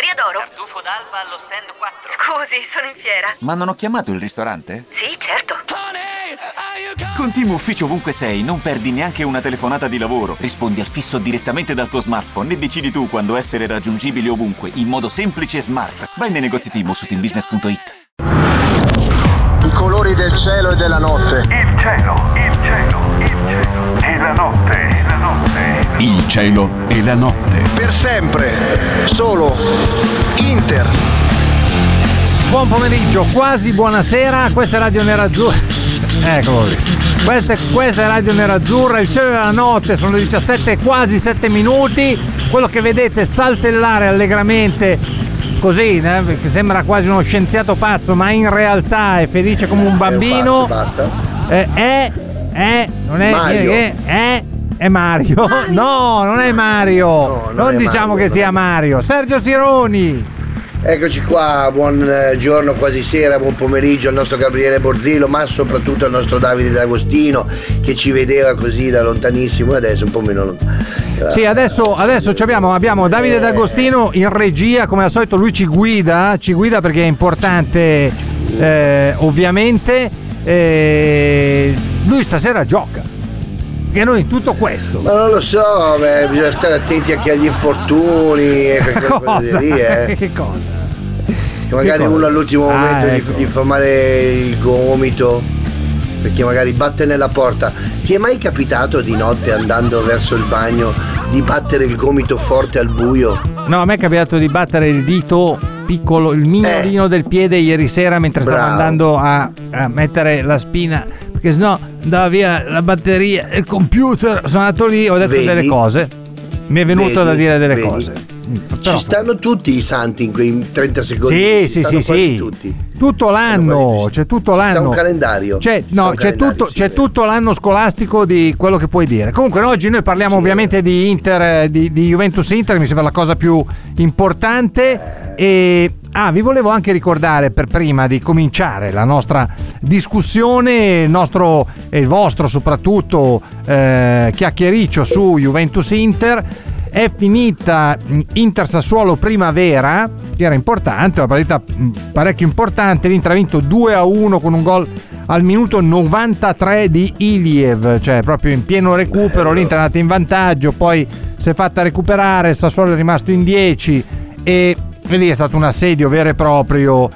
Osteria d'Oro. Tartufo d'alba allo stand 4. Scusi, sono in fiera. Ma non ho chiamato il ristorante? Sì, certo. Con Team Ufficio ovunque sei, non perdi neanche una telefonata di lavoro. Rispondi al fisso direttamente dal tuo smartphone e decidi tu quando essere raggiungibile ovunque, in modo semplice e smart. Vai nei negozi Team o su teambusiness.it. I colori del cielo e della notte. Il cielo e la notte. Il cielo e la notte. Per sempre. Solo Inter. Buon pomeriggio, quasi buonasera. Questa è Radio Nerazzurra. Eccolo lì. Questa è Radio Nerazzurra. Il cielo e la notte. Sono le 17, quasi 7 minuti. Quello che vedete saltellare allegramente così, che sembra quasi uno scienziato pazzo, ma in realtà è felice come un bambino. Basta. Non è Mario. È Mario. No, non è Mario. No, non è diciamo Mario, che sia Mario. Sergio Sironi. Eccoci qua, buon giorno, quasi sera, buon pomeriggio al nostro Gabriele Borzillo, ma soprattutto al nostro Davide D'Agostino che ci vedeva così da lontanissimo e adesso un po' meno. Sì, adesso abbiamo Davide D'Agostino in regia, come al solito lui ci guida perché è importante, ovviamente. Lui stasera gioca. Che noi in tutto questo. Ma non lo so, bisogna stare attenti anche agli infortuni e cosa? Lì, Che cosa? Che magari uno all'ultimo momento ecco. gli fa male il gomito, perché magari batte nella porta. Ti è mai capitato di notte andando verso il bagno di battere il gomito forte al buio? No, a me è capitato di battere il dito piccolo, il mignolino del piede ieri sera mentre stavo andando a mettere la spina, perché sennò andava via la batteria, il computer. Sono andato lì, ho detto delle cose. Mi è venuto da dire delle cose. Però, ci stanno tutti i santi in quei 30 secondi. Sì. Tutti. Tutto l'anno, c'è tutto l'anno. C'è un calendario. C'è tutto l'anno scolastico di quello che puoi dire. Comunque oggi noi parliamo ovviamente di Inter, di Juventus Inter, mi sembra la cosa più importante. E vi volevo anche ricordare, per prima di cominciare la nostra discussione, il nostro e il vostro soprattutto chiacchiericcio su Juventus Inter. È finita Inter Sassuolo Primavera, che era importante, una partita parecchio importante. L'Inter ha vinto 2-1 con un gol al minuto 93 di Iliev, cioè proprio in pieno recupero. L'Inter è andata in vantaggio, poi si è fatta recuperare, il Sassuolo è rimasto in 10 e lì è stato un assedio vero e proprio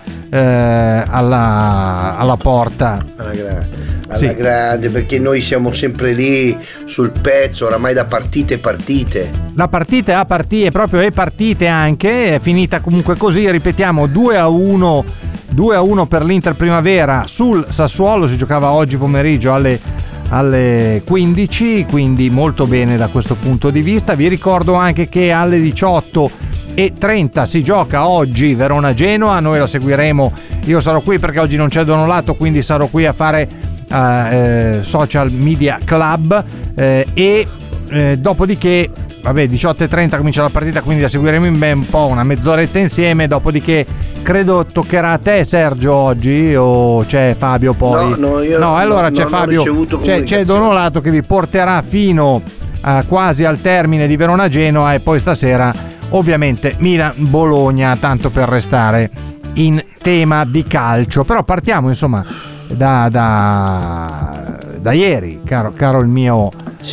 alla porta. Alla grande, perché noi siamo sempre lì sul pezzo, oramai da partite. La partita a partite, proprio e partite anche, è finita comunque così, ripetiamo, 2-1 per l'Inter Primavera sul Sassuolo. Si giocava oggi pomeriggio alle 15, quindi molto bene da questo punto di vista. Vi ricordo anche che alle 18:30 si gioca oggi Verona-Genoa, noi la seguiremo, io sarò qui perché oggi non c'è Donolato, quindi sarò qui a fare Social Media Club e dopodiché 18:30 comincia la partita, quindi la seguiremo in un po', una mezz'oretta insieme. Dopodiché credo toccherà a te, Sergio, oggi, o c'è Fabio poi? Allora c'è Fabio, c'è Donolato che vi porterà fino quasi al termine di Verona-Genoa e poi stasera ovviamente Milan-Bologna, tanto per restare in tema di calcio. Però partiamo insomma da ieri, caro il mio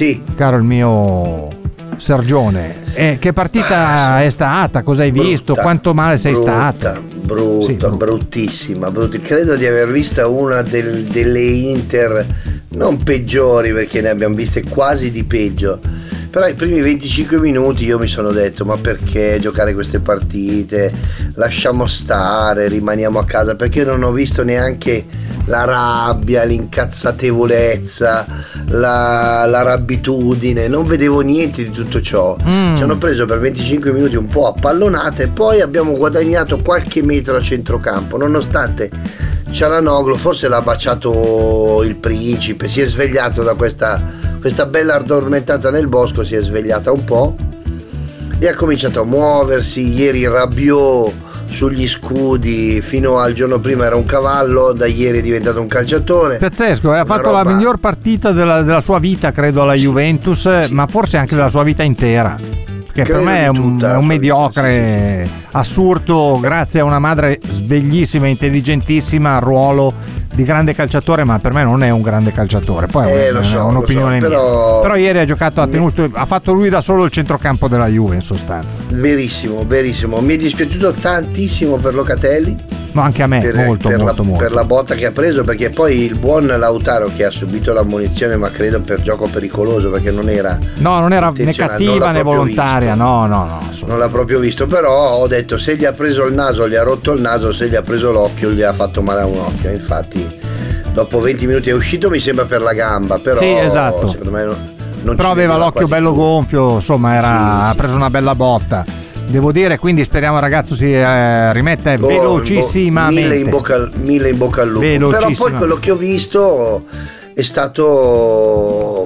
Sergione. Che partita è stata? Cosa hai visto? Quanto male sei stata? Bruttissima. Credo di aver vista una delle Inter non peggiori, perché ne abbiamo viste quasi di peggio. Però i primi 25 minuti io mi sono detto: ma perché giocare queste partite? Lasciamo stare, rimaniamo a casa, perché non ho visto neanche la rabbia, l'incazzatevolezza, la rabbitudine, non vedevo niente di tutto ciò. Ci hanno preso per 25 minuti un po' a pallonate e poi abbiamo guadagnato qualche metro a centrocampo, nonostante Cialanoglu forse l'ha baciato il principe, si è svegliato da questa bella addormentata nel bosco, si è svegliata un po' e ha cominciato a muoversi. Ieri Rabiot sugli scudi, fino al giorno prima era un cavallo, da ieri è diventato un calciatore pazzesco. Ha fatto la miglior partita della sua vita, credo, alla Juventus, ma forse anche della sua vita intera. che per me è un mediocre assurdo, grazie a una madre sveglissima, intelligentissima, al ruolo di grande calciatore, ma per me non è un grande calciatore. Poi è un'opinione mia. Però ieri ha giocato, ha fatto lui da solo il centrocampo della Juve in sostanza. Verissimo. Mi è dispiaciuto tantissimo per Locatelli. No, anche a me, molto. Per la botta che ha preso, perché poi il buon Lautaro, che ha subito l'ammonizione, ma credo per gioco pericoloso, perché non era né cattiva né volontaria, no, non l'ha proprio visto. Però ho detto, se gli ha preso il naso gli ha rotto il naso, se gli ha preso l'occhio gli ha fatto male a un occhio. Infatti dopo 20 minuti è uscito, mi sembra, per la gamba, però sì, esatto. Secondo me non però aveva l'occhio bello gonfio, insomma ha preso una bella botta, devo dire. Quindi speriamo il ragazzo si rimette velocissimamente. Mille in bocca al lupo. Però poi quello che ho visto è stato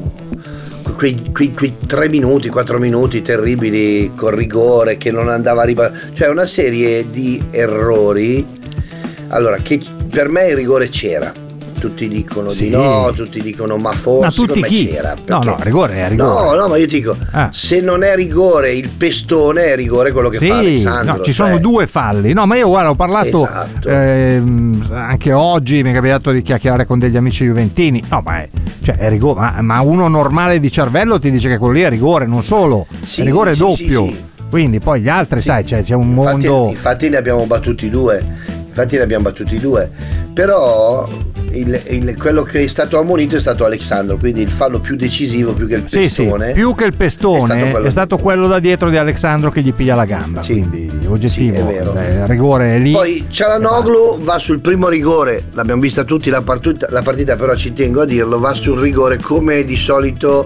quei 3 minuti, 4 minuti terribili col rigore che non andava a cioè una serie di errori. Allora, che per me il rigore c'era. Tutti dicono di no, tutti dicono ma forse, ma tutti chi? C'era. No, rigore è rigore. No, ma io dico, se non è rigore il pestone, è rigore quello che fa Alessandro. No, ci sono 2 falli. No, ma io guarda, ho parlato anche oggi, mi è capitato di chiacchierare con degli amici juventini. No, ma è rigore, ma uno normale di cervello ti dice che quello lì è rigore, non solo, è rigore doppio. Sì. Quindi poi gli altri, sai, c'è un mondo. Infatti ne abbiamo battuti due. Però quello che è stato ammonito è stato Alexandro, quindi il fallo più decisivo, più che il pestone. Sì, più che il pestone è stato quello da dietro di Alexandro che gli piglia la gamba. Sì. Quindi oggettivo, sì, è vero. Il rigore è lì. Poi Çalhanoğlu va sul primo rigore, l'abbiamo vista tutti la partita, però ci tengo a dirlo, va sul rigore come di solito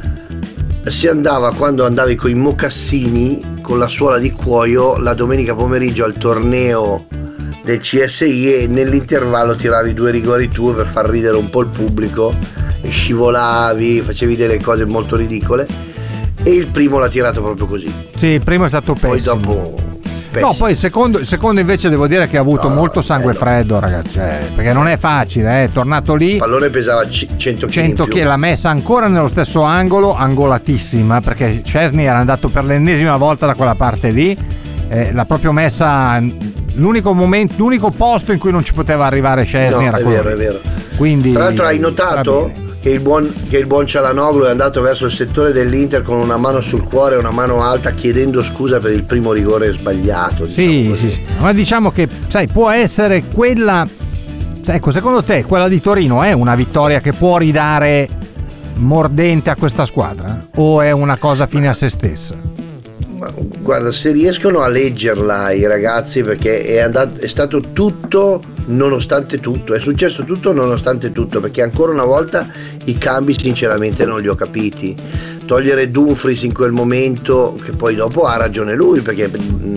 si andava quando andavi con i mocassini con la suola di cuoio la domenica pomeriggio al torneo del CSI, e nell'intervallo tiravi 2 rigori tu per far ridere un po' il pubblico e scivolavi, facevi delle cose molto ridicole, e il primo l'ha tirato proprio così. Sì, il primo è stato pessimo. Poi dopo no, poi il secondo invece devo dire che ha avuto molto sangue freddo, ragazzi, perché non è facile, è tornato lì. Il pallone pesava 100 kg, l'ha messa ancora nello stesso angolo, angolatissima, perché Szczęsny era andato per l'ennesima volta da quella parte lì, l'ha proprio messa. L'unico posto in cui non ci poteva arrivare Szczęsny era quello. È vero. Quindi, tra l'altro hai notato che il buon Çalhanoğlu è andato verso il settore dell'Inter con una mano sul cuore e una mano alta, chiedendo scusa per il primo rigore sbagliato. Sì. Ma diciamo che, sai, può essere quella. Ecco, secondo te quella di Torino è una vittoria che può ridare mordente a questa squadra? O è una cosa fine a se stessa? Ma guarda, se riescono a leggerla i ragazzi, perché è stato tutto nonostante tutto, è successo tutto nonostante tutto, perché ancora una volta i cambi sinceramente non li ho capiti. Togliere Dumfries in quel momento, che poi dopo ha ragione lui, perché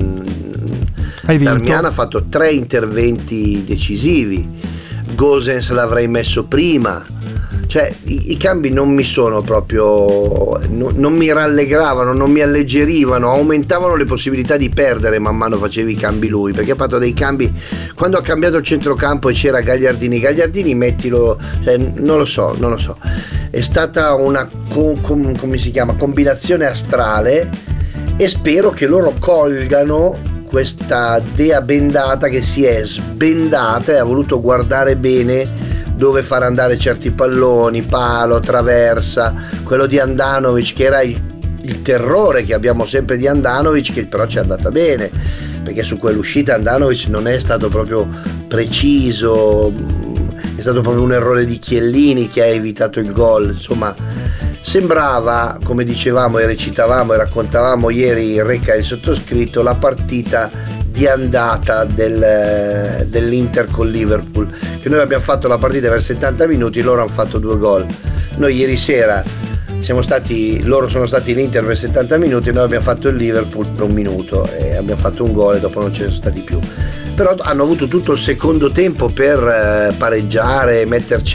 Darmian ha fatto 3 interventi decisivi, Gosens l'avrei messo prima. Cioè i cambi non mi sono proprio, non mi rallegravano, non mi alleggerivano, aumentavano le possibilità di perdere man mano facevi i cambi lui, perché ha fatto dei cambi quando ha cambiato il centrocampo e c'era Gagliardini mettilo, cioè, non lo so, è stata una come si chiama, combinazione astrale, e spero che loro colgano questa dea bendata che si è sbendata e ha voluto guardare bene dove far andare certi palloni, palo, traversa, quello di Handanovic che era il terrore che abbiamo sempre di Handanovic, che però ci è andata bene, perché su quell'uscita Handanovic non è stato proprio preciso, è stato proprio un errore di Chiellini che ha evitato il gol. Insomma, sembrava, come dicevamo e recitavamo e raccontavamo ieri in Recca e il sottoscritto, la partita di andata dell'Inter con Liverpool, che noi abbiamo fatto la partita per 70 minuti, loro hanno fatto 2 gol. Noi ieri sera loro sono stati l'Inter per 70 minuti, noi abbiamo fatto il Liverpool per 1 minuto e abbiamo fatto un gol e dopo non ce ne sono stati più. Però hanno avuto tutto il secondo tempo per pareggiare e metterci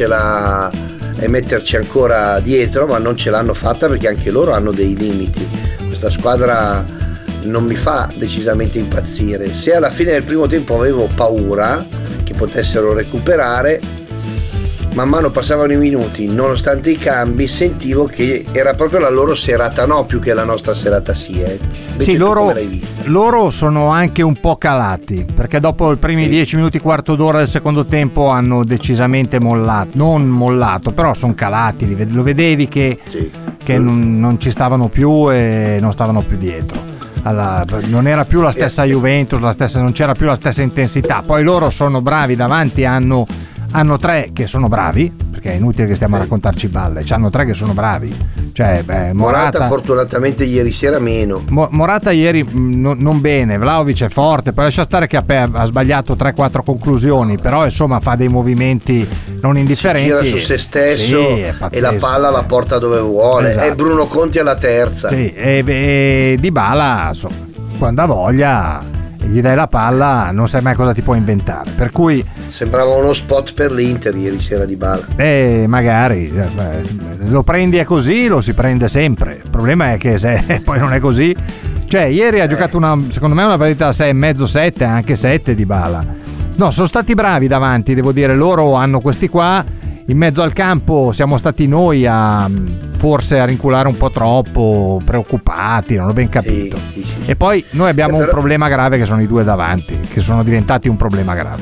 ancora dietro, ma non ce l'hanno fatta, perché anche loro hanno dei limiti. Questa squadra non mi fa decisamente impazzire. Se alla fine del primo tempo avevo paura che potessero recuperare, man mano passavano i minuti, nonostante i cambi, sentivo che era proprio la loro serata no più che la nostra serata sì. Sì, loro sono anche un po' calati, perché dopo i primi 10 minuti, quarto d'ora del secondo tempo hanno decisamente mollato, non mollato, però sono calati, lo vedevi che non ci stavano più e non stavano più dietro. Non era più la stessa Juventus, non c'era più la stessa intensità. Poi loro sono bravi davanti, hanno 3 che sono bravi, perché è inutile che stiamo a raccontarci balle, hanno 3 che sono bravi. Cioè, Morata fortunatamente ieri sera meno. Morata ieri non bene, Vlahovic è forte, poi lascia stare che ha sbagliato 3-4 conclusioni, però insomma fa dei movimenti non indifferenti. Si tira su se stesso e la palla la porta dove vuole. Esatto. E Bruno Conti alla terza. Sì, e Dybala, insomma, quando ha voglia gli dai la palla, non sai mai cosa ti può inventare, per cui sembrava uno spot per l'Inter ieri sera Dybala. Magari lo prendi, è così, lo si prende sempre. Il problema è che se poi non è così, cioè ieri ha giocato secondo me una partita da 6,5-7, anche 7 Dybala. No, sono stati bravi davanti, devo dire, loro hanno questi qua. In mezzo al campo siamo stati noi forse a rinculare un po' troppo, preoccupati, non ho ben capito. Sì. E poi noi abbiamo un problema grave, che sono i 2 davanti, che sono diventati un problema grave.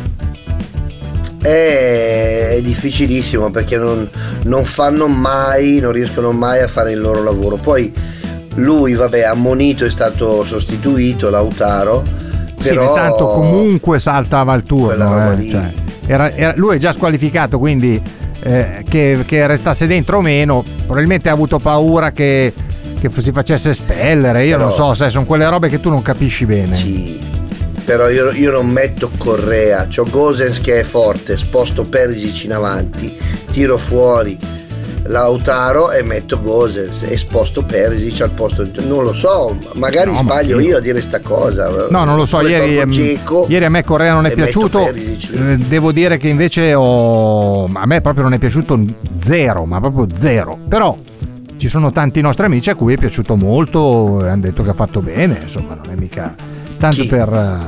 È difficilissimo, perché non riescono mai a fare il loro lavoro. Poi lui, ammonito, è stato sostituito, Lautaro, però sì, tanto comunque saltava il turno, cioè, lui è già squalificato, quindi che restasse dentro o meno, probabilmente ha avuto paura che si facesse espellere, non so, sai, sono quelle robe che tu non capisci bene. Sì, però io non metto Correa, c'ho Gosens che è forte, sposto Perisic in avanti, tiro fuori Lautaro e metto Gosens e sposto Perisic al posto, non lo so, magari sbaglio io a dire sta cosa. No, non lo so, ieri a me Correa non è piaciuto, devo dire che invece a me proprio non è piaciuto zero, ma proprio zero, però ci sono tanti nostri amici a cui è piaciuto molto e hanno detto che ha fatto bene, insomma non è mica tanto. Chi?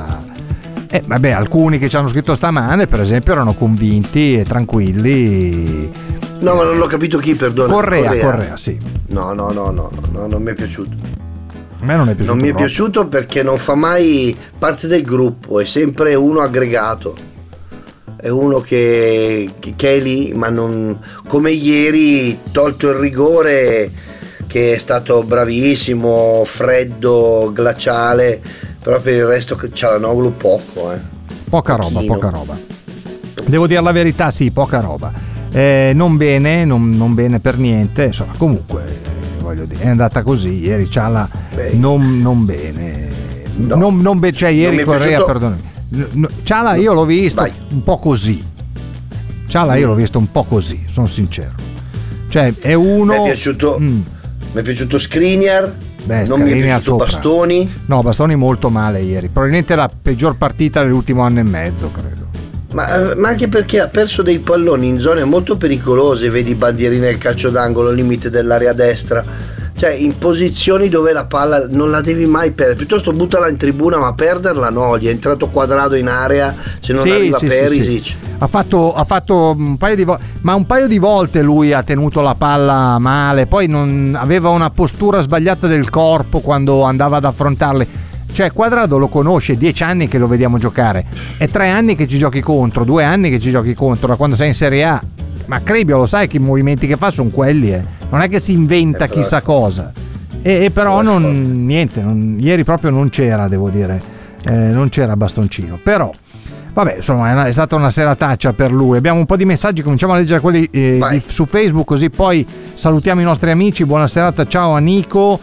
Alcuni che ci hanno scritto stamane per esempio erano convinti e tranquilli. No, ma non ho capito chi, perdono. Correa, sì. No, non mi è piaciuto. A me non è piaciuto. Non mi è piaciuto perché non fa mai parte del gruppo, è sempre uno aggregato. È uno che è lì, ma non, come ieri, tolto il rigore, che è stato bravissimo, freddo, glaciale, però per il resto Çalhanoğlu poco. Poca roba. Devo dire la verità, sì, poca roba. Non bene per niente, insomma, comunque voglio dire, è andata così ieri. Ciala non bene, non cioè ieri Correa, perdonami, Ciala io l'ho visto un po' così. Io l'ho visto un po' così, sono sincero, cioè è uno. Mi è piaciuto Skriniar. Non mi è piaciuto sopra. Bastoni molto male ieri, probabilmente la peggior partita dell'ultimo anno e mezzo, credo. Ma anche perché ha perso dei palloni in zone molto pericolose, vedi bandierine al calcio d'angolo, limite dell'area destra, cioè in posizioni dove la palla non la devi mai perdere, piuttosto buttala in tribuna, ma perderla no, gli è entrato Quadrado in area, se non arriva Perisic. Sì. Ha fatto un paio di volte lui ha tenuto la palla male, poi non aveva una postura sbagliata del corpo quando andava ad affrontarle. Cioè Quadrado lo conosce, 10 anni che lo vediamo giocare, è 3 anni che ci giochi contro, 2 anni che ci giochi contro da quando sei in Serie A, ma Cribio lo sai che i movimenti che fa sono quelli, non è che si inventa chissà cosa, e però ieri proprio non c'era, devo dire, non c'era bastoncino, però vabbè, insomma è stata una serataccia per lui. Abbiamo un po' di messaggi, cominciamo a leggere quelli su Facebook, così poi salutiamo i nostri amici. Buona serata, ciao a Nico.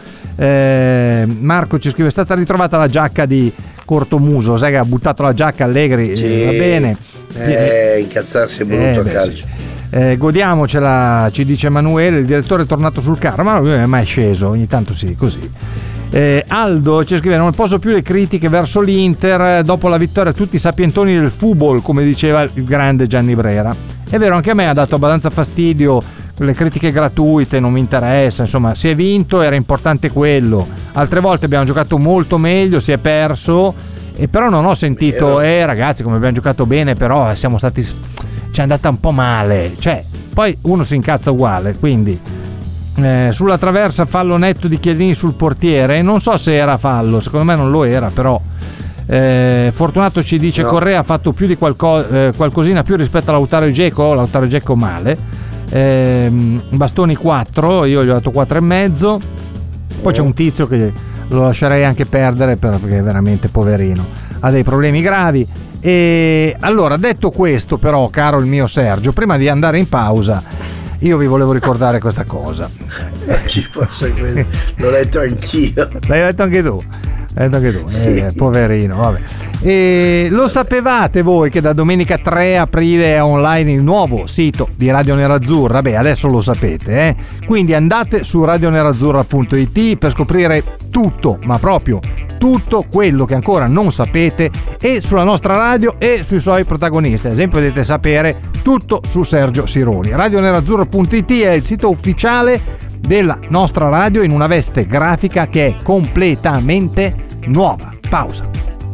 Marco ci scrive: è stata ritrovata la giacca di Cortomuso, sai che ha buttato la giacca Allegri, va bene, incazzarsi è brutto a calcio. Godiamocela, ci dice Emanuele, il direttore è tornato sul carro, ma non è mai sceso, ogni tanto sì, così. Aldo ci scrive: non posso più le critiche verso l'Inter dopo la vittoria, tutti i sapientoni del football, come diceva il grande Gianni Brera. È vero, anche a me ha dato abbastanza fastidio le critiche gratuite, non mi interessa, insomma, si è vinto, era importante quello. Altre volte abbiamo giocato molto meglio, si è perso, e però non ho sentito ragazzi come abbiamo giocato bene, però siamo stati c'è andata un po' male, cioè poi uno si incazza uguale, quindi sulla traversa fallo netto di Chiellini sul portiere, non so se era fallo, secondo me non lo era, però Fortunato ci dice no. Correa ha fatto più di qualcosina più rispetto a Lautaro Dzeko male. Bastoni 4, io gli ho dato 4,5. Poi c'è un tizio che lo lascerei anche perdere perché è veramente poverino, ha dei problemi gravi. E allora, detto questo, però, caro il mio Sergio, prima di andare in pausa io vi volevo ricordare questa cosa. Ci posso credere, l'ho letto anch'io. L'hai letto anche tu? Sì. Poverino, vabbè. E lo sapevate voi che da domenica 3 aprile è online il nuovo sito di Radio Nerazzurra? Beh, adesso lo sapete, Quindi andate su radionerazzurra.it per scoprire tutto, ma proprio tutto quello che ancora non sapete, e sulla nostra radio e sui suoi protagonisti. Ad esempio, potete sapere tutto su Sergio Sironi. Radionerazzurra.it è il sito ufficiale della nostra radio in una veste grafica che è completamente nuova. Pausa.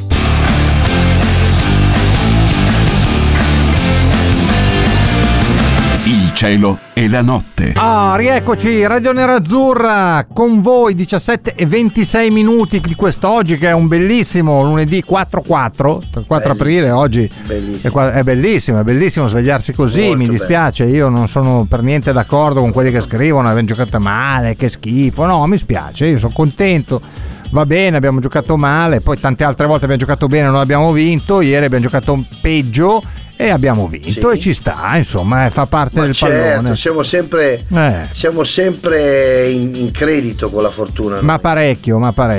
Il cielo e la notte. Rieccoci, Radio Nerazzurra con voi, 17:26 di quest'oggi, che è un bellissimo lunedì 4 aprile. Oggi è bellissimo svegliarsi così. Molto mi dispiace, bello. Io non sono per niente d'accordo con quelli che scrivono abbiamo giocato male, che schifo. No, mi spiace, io sono contento. Va bene, abbiamo giocato male, poi tante altre volte abbiamo giocato bene, non abbiamo vinto. Ieri abbiamo giocato peggio e abbiamo vinto, sì. E ci sta, insomma, fa parte del pallone. Siamo sempre in credito con la fortuna. Ma parecchio.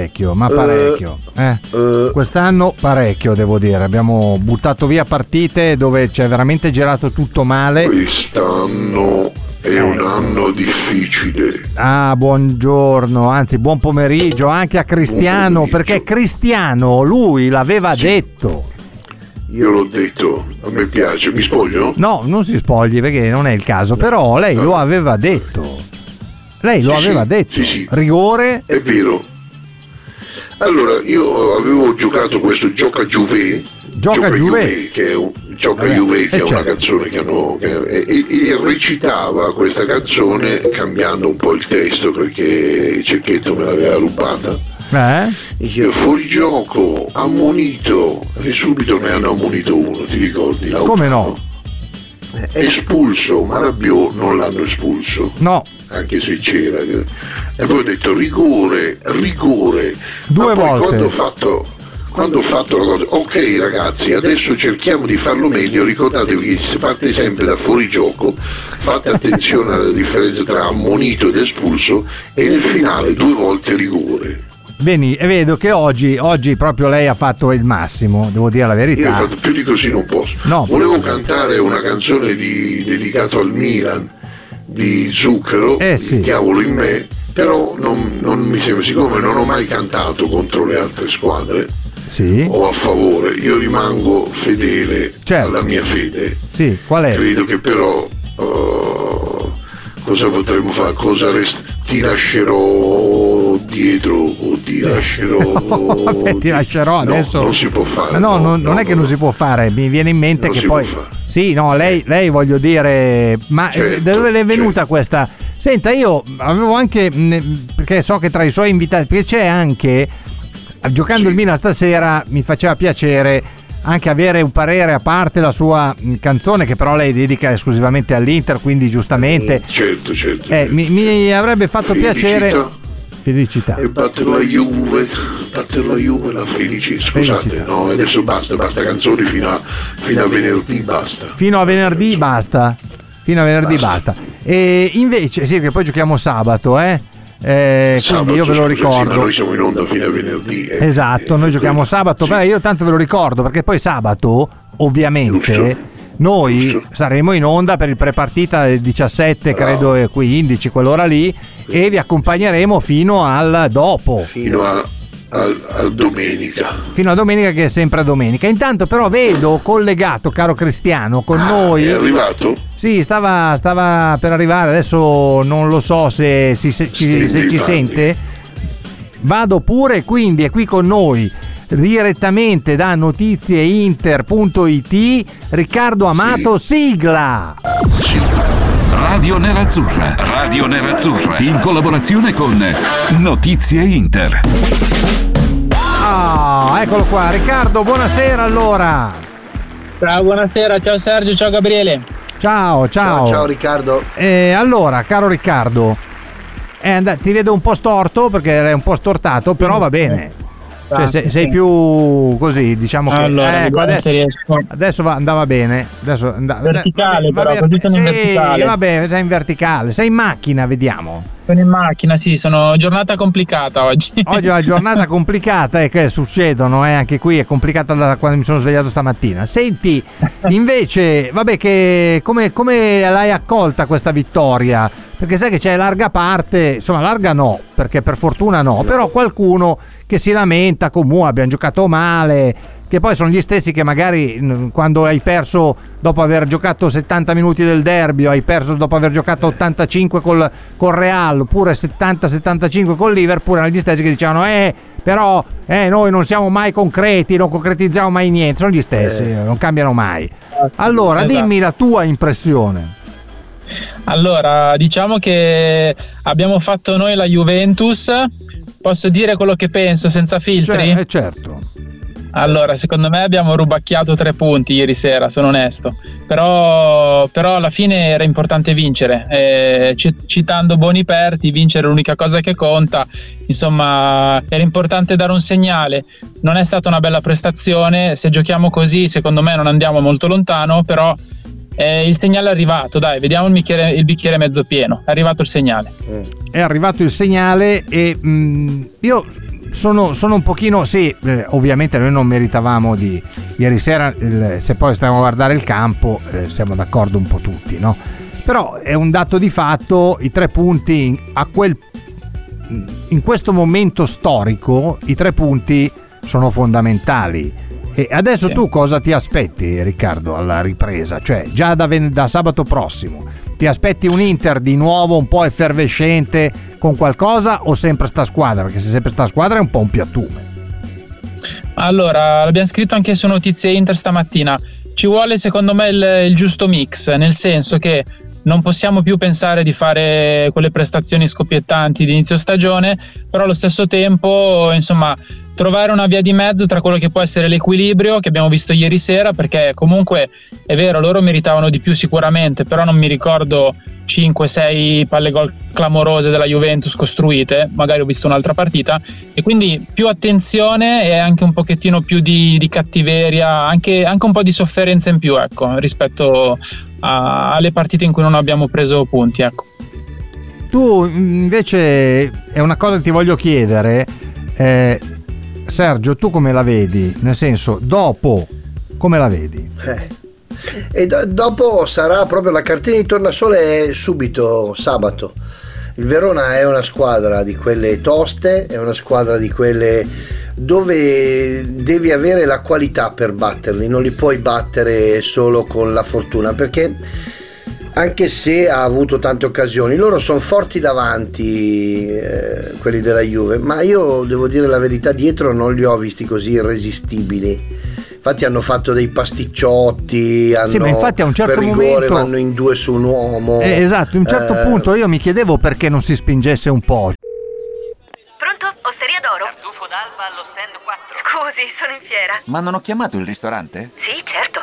Quest'anno parecchio, devo dire. Abbiamo buttato via partite dove c'è veramente girato tutto male. Quest'anno è un anno difficile. Buongiorno, anzi buon pomeriggio anche a Cristiano, perché Cristiano lui l'aveva detto. Io l'ho detto, a me piace, mi spoglio? No, non si spogli perché non è il caso, però lei lo aveva detto. Sì. Rigore? È vero. Allora, io avevo giocato questo Gioca Juve, che è una canzone che e recitava questa canzone cambiando un po' il testo perché Cecchetto me l'aveva rubata. Fuori gioco, ammonito, e subito ne hanno ammonito uno, ti ricordi? Come no? Espulso, ma Rabiot non l'hanno espulso. No. Anche se c'era. E poi ho detto rigore. Due volte. Quando ho fatto la cosa, ok ragazzi, adesso cerchiamo di farlo meglio, ricordatevi che si parte sempre da fuori gioco, fate attenzione alla differenza tra ammonito ed espulso, e nel finale 2 volte rigore. Bene, e vedo che oggi proprio lei ha fatto il massimo, devo dire la verità. Io ho fatto più di così, non posso. No, volevo cantare una canzone dedicato al Milan di Zucchero, sì. Il diavolo in me, però non mi sembra, siccome non ho mai cantato contro le altre squadre, sì, o a favore, io rimango fedele alla mia fede. Sì, qual è? Credo che però cosa potremmo fare? Ti lascerò dietro o ti lascerò vabbè, ti lascerò adesso. Non si può fare. Non è che non si può fare, mi viene in mente che poi sì, no, lei voglio dire, ma da dove le è venuta questa? Senta, io avevo anche, perché so che tra i suoi invitati, perché c'è anche, giocando il Milan stasera, mi faceva piacere anche avere un parere, a parte la sua canzone che però lei dedica esclusivamente all'Inter, quindi giustamente certo. Mi avrebbe fatto felicità e battere la Juve la felicità. Scusate, no, adesso basta canzoni fino a venerdì, basta. Fino a venerdì basta. E invece sì, che poi giochiamo sabato, quindi io ve lo ricordo. Noi siamo in onda fino a venerdì. Esatto, noi giochiamo sabato, però io tanto ve lo ricordo perché poi sabato ovviamente noi saremo in onda per il prepartita del 17, credo, e 15, quell'ora lì, e vi accompagneremo fino al dopo. Fino a domenica. Fino a domenica, che è sempre domenica. Intanto però vedo collegato, caro Cristiano, con noi. È arrivato? Sì, stava per arrivare, adesso non lo so se ci sente. Vado pure, quindi è qui con noi direttamente da notizieinter.it, Riccardo Amato, sigla. Radio Nerazzurra, Radio Nerazzurra, in collaborazione con Notizie Inter. Eccolo qua, Riccardo, buonasera allora. Ciao, buonasera, ciao Sergio, ciao Gabriele. Ciao Riccardo. Allora, caro Riccardo, ti vedo un po' storto perché eri un po' stortato, però va bene. Cioè, sei più così, diciamo che allora, adesso andava bene. Adesso verticale, così sono in verticale. Vabbè, sei in verticale. Sei in macchina, vediamo. Sono in macchina, sì, sono giornata complicata oggi. Oggi è una giornata complicata e che succedono, anche qui è complicata da quando mi sono svegliato stamattina. Senti, invece, vabbè, che come l'hai accolta questa vittoria? Perché sai che c'è larga parte, insomma larga no, perché per fortuna no, però qualcuno che si lamenta, comunque abbiamo giocato male, che poi sono gli stessi che magari quando hai perso dopo aver giocato 70 minuti del derby, o hai perso dopo aver giocato 85 col Real, oppure 70-75 col Liverpool, erano gli stessi che dicevano però noi non siamo mai concreti, non concretizziamo mai niente, sono gli stessi, non cambiano mai. Allora, esatto. Dimmi la tua impressione. Allora, diciamo che abbiamo fatto noi la Juventus. Posso dire quello che penso senza filtri? Certo. Allora, secondo me abbiamo rubacchiato 3 punti ieri sera, sono onesto. Però alla fine era importante vincere. Citando Boniperti, vincere è l'unica cosa che conta. Insomma, era importante dare un segnale. Non è stata una bella prestazione. Se giochiamo così, secondo me non andiamo molto lontano, però il segnale è arrivato, dai, vediamo il bicchiere mezzo pieno. È arrivato il segnale. È arrivato il segnale e io sono un pochino, sì, ovviamente noi non meritavamo di ieri sera, se poi stiamo a guardare il campo siamo d'accordo un po' tutti, no? Però è un dato di fatto, i 3 punti in questo momento storico, i 3 punti sono fondamentali. E adesso tu cosa ti aspetti, Riccardo, alla ripresa? Cioè già da sabato prossimo ti aspetti un Inter di nuovo un po' effervescente con qualcosa, o sempre sta squadra? Perché se sempre sta squadra è un po' un piattume. Allora, l'abbiamo scritto anche su Notizie Inter stamattina, ci vuole secondo me il giusto mix, nel senso che non possiamo più pensare di fare quelle prestazioni scoppiettanti di inizio stagione, però allo stesso tempo, insomma, trovare una via di mezzo tra quello che può essere l'equilibrio che abbiamo visto ieri sera, perché comunque è vero, loro meritavano di più sicuramente, però non mi ricordo 5-6 palle gol clamorose della Juventus costruite, magari ho visto un'altra partita, e quindi più attenzione e anche un pochettino più di cattiveria, anche un po' di sofferenza in più, ecco, rispetto alle partite in cui non abbiamo preso punti, ecco. Tu invece è una cosa che ti voglio chiedere, Sergio, tu come la vedi? Nel senso, dopo come la vedi? E dopo sarà proprio la cartina di tornasole, è subito sabato. Il Verona è una squadra di quelle toste, è una squadra di quelle dove devi avere la qualità per batterli, non li puoi battere solo con la fortuna, perché anche se ha avuto tante occasioni, loro sono forti davanti, quelli della Juve, ma io devo dire la verità, dietro non li ho visti così irresistibili. Infatti hanno fatto dei pasticciotti, sì, ma infatti a un certo per rigore momento vanno in 2 su un uomo. Esatto, a un certo punto io mi chiedevo perché non si spingesse un po'. Pronto? Osteria d'Oro? Tartufo d'alba allo stand 4. Scusi, sono in fiera. Ma non ho chiamato il ristorante? Sì, certo.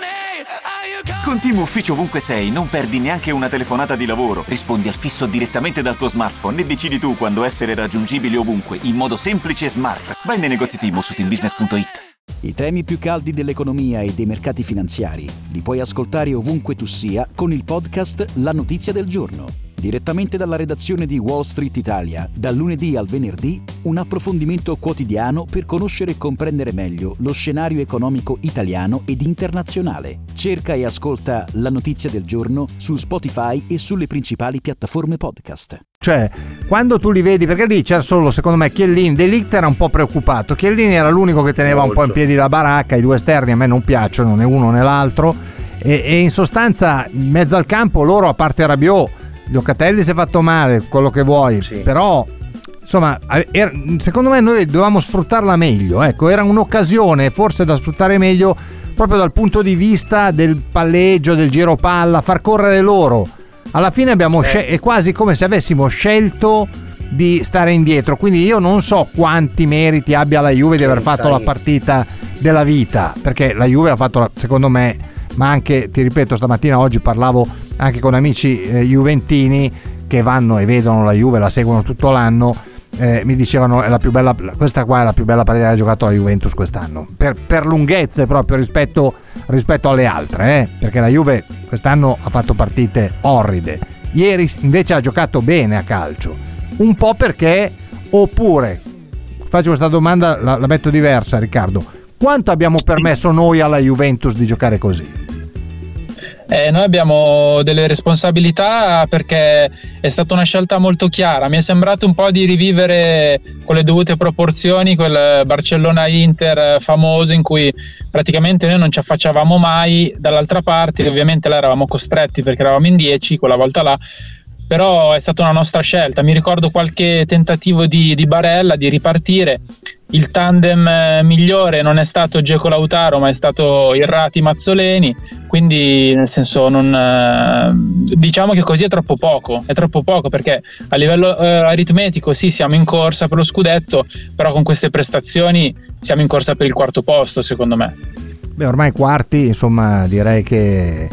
Con Team Ufficio ovunque sei, non perdi neanche una telefonata di lavoro. Rispondi al fisso direttamente dal tuo smartphone e decidi tu quando essere raggiungibile ovunque, in modo semplice e smart. Vai nei negozi Team o su teambusiness.it. I temi più caldi dell'economia e dei mercati finanziari li puoi ascoltare ovunque tu sia con il podcast La Notizia del Giorno. Direttamente dalla redazione di Wall Street Italia, dal lunedì al venerdì, un approfondimento quotidiano per conoscere e comprendere meglio lo scenario economico italiano ed internazionale. Cerca e ascolta La Notizia del Giorno su Spotify e sulle principali piattaforme podcast. Cioè, quando tu li vedi, perché lì c'era solo, secondo me, Chiellini. De Ligt era un po' preoccupato. Chiellini era l'unico che teneva un po' in piedi la baracca. I 2 esterni a me non piacciono, né uno né l'altro. E in sostanza, in mezzo al campo, loro, a parte Rabiot, Locatelli si è fatto male, quello che vuoi, sì. Però insomma, secondo me noi dovevamo sfruttarla meglio, ecco, era un'occasione forse da sfruttare meglio proprio dal punto di vista del palleggio, del giro palla, far correre loro. Alla fine abbiamo è quasi come se avessimo scelto di stare indietro, quindi io non so quanti meriti abbia la Juve di aver fatto la partita della vita, perché la Juve ha fatto, secondo me, ma anche, ti ripeto, stamattina, oggi parlavo anche con amici juventini che vanno e vedono la Juve, la seguono tutto l'anno, mi dicevano è la più bella, questa qua è la più bella partita che ha giocato la Juventus quest'anno, per lunghezze proprio rispetto alle altre, perché la Juve quest'anno ha fatto partite orride, ieri invece ha giocato bene a calcio, un po' perché, oppure faccio questa domanda, la metto diversa, Riccardo, quanto abbiamo permesso noi alla Juventus di giocare così? Noi abbiamo delle responsabilità perché è stata una scelta molto chiara. Mi è sembrato un po' di rivivere con le dovute proporzioni quel Barcellona-Inter famoso in cui praticamente noi non ci affacciavamo mai dall'altra parte, ovviamente là eravamo costretti perché eravamo in 10 quella volta là, però è stata una nostra scelta. Mi ricordo qualche tentativo di Barella di ripartire. Il tandem migliore non è stato Dzeko Lautaro, ma è stato Irrati Mazzoleni, quindi nel senso diciamo che così è troppo poco perché a livello aritmetico sì, siamo in corsa per lo scudetto, però con queste prestazioni siamo in corsa per il quarto posto, secondo me. Beh, ormai quarti, insomma, direi che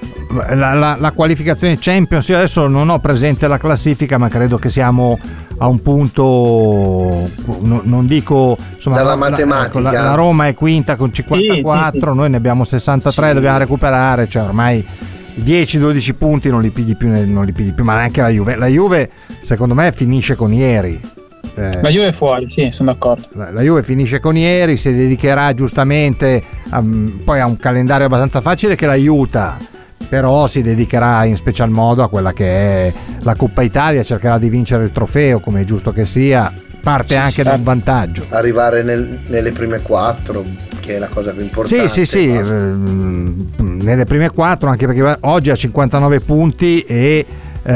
la qualificazione Champions, io adesso non ho presente la classifica, ma credo che siamo a un punto, non dico, insomma, dalla matematica, la Roma è quinta con 54, sì. Noi ne abbiamo 63, dobbiamo recuperare, cioè ormai 10-12 punti non li pigli più, ma neanche la Juve. La Juve secondo me finisce con ieri. La Juve è fuori, sì, sono d'accordo. La Juve finisce con ieri, si dedicherà giustamente poi a un calendario abbastanza facile che l'aiuta, però si dedicherà in special modo a quella che è la Coppa Italia, cercherà di vincere il trofeo come è giusto che sia, parte anche da un vantaggio, arrivare nelle prime 4, che è la cosa più importante. Sì, nelle prime 4, anche perché oggi ha 59 punti e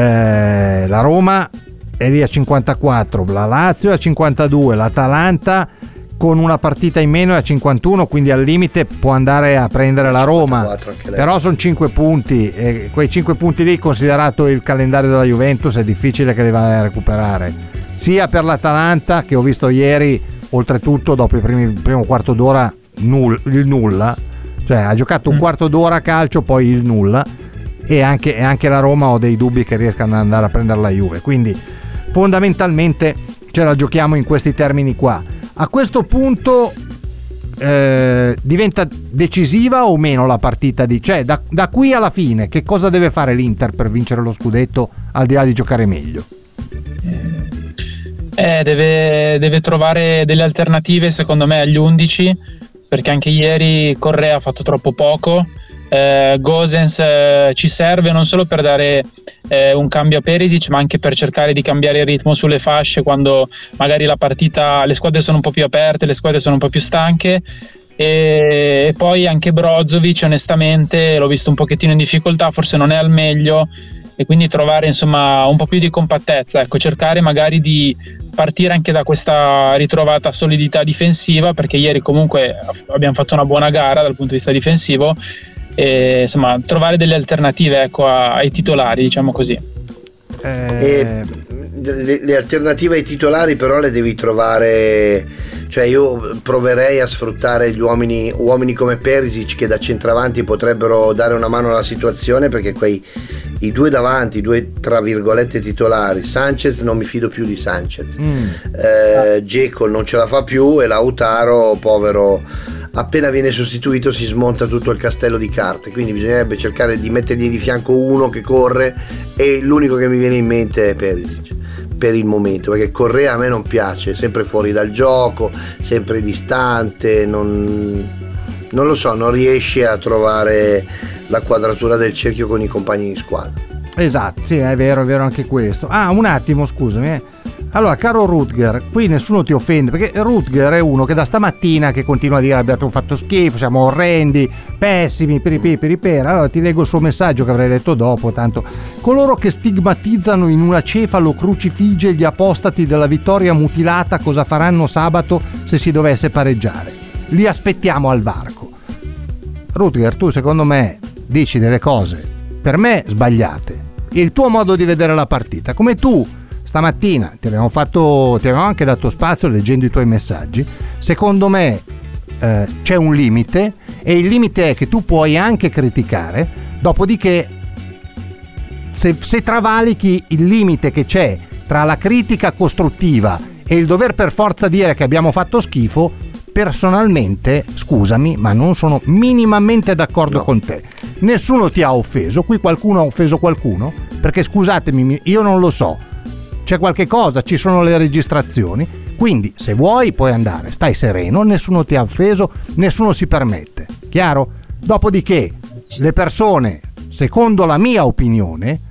la Roma è lì a 54, la Lazio a 52, l'Atalanta con una partita in meno è a 51, quindi al limite può andare a prendere la Roma, però sono 5 punti e quei 5 punti lì, considerato il calendario della Juventus, è difficile che li vada a recuperare, sia per l'Atalanta, che ho visto ieri oltretutto dopo il primo quarto d'ora il nulla, cioè ha giocato un quarto d'ora a calcio, poi il nulla, e anche la Roma ho dei dubbi che riescano ad andare a prendere la Juve, quindi fondamentalmente ce la giochiamo in questi termini qua. A questo punto diventa decisiva o meno la partita cioè da qui alla fine che cosa deve fare l'Inter per vincere lo scudetto, al di là di giocare meglio? Deve trovare delle alternative, secondo me, agli 11, perché anche ieri Correa ha fatto troppo poco. Gosens ci serve non solo per dare un cambio a Perisic, ma anche per cercare di cambiare il ritmo sulle fasce quando magari la partita, le squadre sono un po' più aperte, le squadre sono un po' più stanche, e poi anche Brozovic onestamente l'ho visto un pochettino in difficoltà, forse non è al meglio, e quindi trovare insomma un po' più di compattezza, ecco, cercare magari di partire anche da questa ritrovata solidità difensiva, perché ieri comunque abbiamo fatto una buona gara dal punto di vista difensivo, e insomma trovare delle alternative, ecco, ai titolari, diciamo così. E le alternative ai titolari però le devi trovare, cioè io proverei a sfruttare gli uomini come Perisic, che da centravanti potrebbero dare una mano alla situazione, perché i due davanti, i due tra virgolette titolari, Sanchez non mi fido più di Sanchez, Dzeko non ce la fa più, e Lautaro, povero, appena viene sostituito si smonta tutto il castello di carte, quindi bisognerebbe cercare di mettergli di fianco uno che corre, e l'unico che mi viene in mente è Perisic per il momento, perché Correa a me non piace, sempre fuori dal gioco, sempre distante, non lo so, non riesce a trovare la quadratura del cerchio con i compagni di squadra. Esatto, sì, è vero anche questo. Un attimo, scusami, Allora, caro Rutger, qui nessuno ti offende, perché Rutger è uno che da stamattina che continua a dire abbiamo fatto schifo, siamo orrendi, pessimi, piripera. Allora ti leggo il suo messaggio che avrei letto dopo, tanto. Coloro che stigmatizzano in una cefalo crucifige gli apostati della vittoria mutilata cosa faranno sabato se si dovesse pareggiare? Li aspettiamo al varco. Rutger, tu secondo me dici delle cose per me sbagliate. Il tuo modo di vedere la partita, come tu stamattina ti avevamo anche dato spazio leggendo i tuoi messaggi, secondo me c'è un limite, e il limite è che tu puoi anche criticare, dopodiché se travalichi il limite che c'è tra la critica costruttiva e il dover per forza dire che abbiamo fatto schifo, personalmente, scusami, ma non sono minimamente d'accordo con te. Nessuno ti ha offeso, qui qualcuno ha offeso qualcuno? Perché scusatemi, io non lo so. C'è qualche cosa, ci sono le registrazioni, quindi se vuoi puoi andare, stai sereno, nessuno ti ha offeso, nessuno si permette, chiaro? Dopodiché le persone, secondo la mia opinione,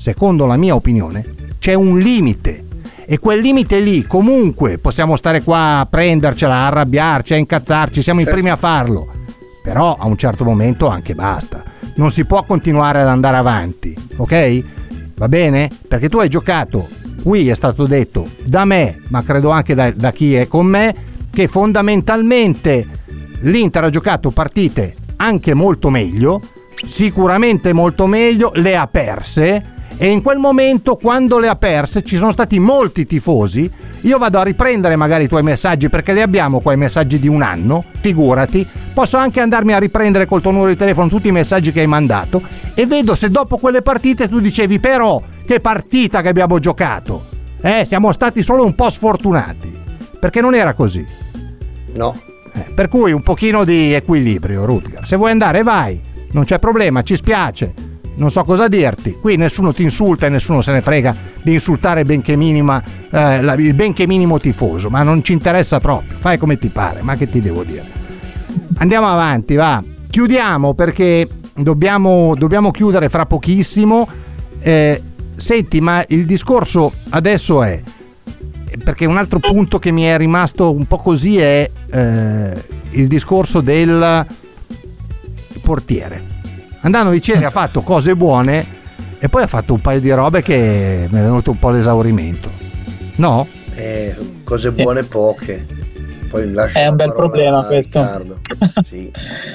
c'è un limite, e quel limite lì comunque possiamo stare qua a prendercela, a arrabbiarci, a incazzarci, siamo i primi a farlo, però a un certo momento anche basta, non si può continuare ad andare avanti, ok? Va bene? Perché tu hai giocato, qui è stato detto da me, ma credo anche da chi è con me, che fondamentalmente l'Inter ha giocato partite anche molto meglio, sicuramente molto meglio, le ha perse, e in quel momento, quando le ha perse, ci sono stati molti tifosi. Io vado a riprendere magari i tuoi messaggi, perché li abbiamo qua, i messaggi di un anno, figurati, posso anche andarmi a riprendere col tuo numero di telefono tutti i messaggi che hai mandato, e vedo se dopo quelle partite tu dicevi però che partita che abbiamo giocato, siamo stati solo un po' sfortunati, perché non era così. No. Per cui un pochino di equilibrio, Rutger, se vuoi andare vai, non c'è problema, ci spiace, non so cosa dirti, qui nessuno ti insulta e nessuno se ne frega di insultare il benché minimo tifoso, ma non ci interessa proprio, fai come ti pare, ma che ti devo dire. Andiamo avanti, va, chiudiamo perché dobbiamo chiudere fra pochissimo. Senti, ma il discorso adesso è, perché un altro punto che mi è rimasto un po' così è il discorso del portiere. Andanovic ieri ha fatto cose buone e poi ha fatto un paio di robe che mi è venuto un po' l'esaurimento, no? Cose buone poche, poi è un bel problema questo. Sì.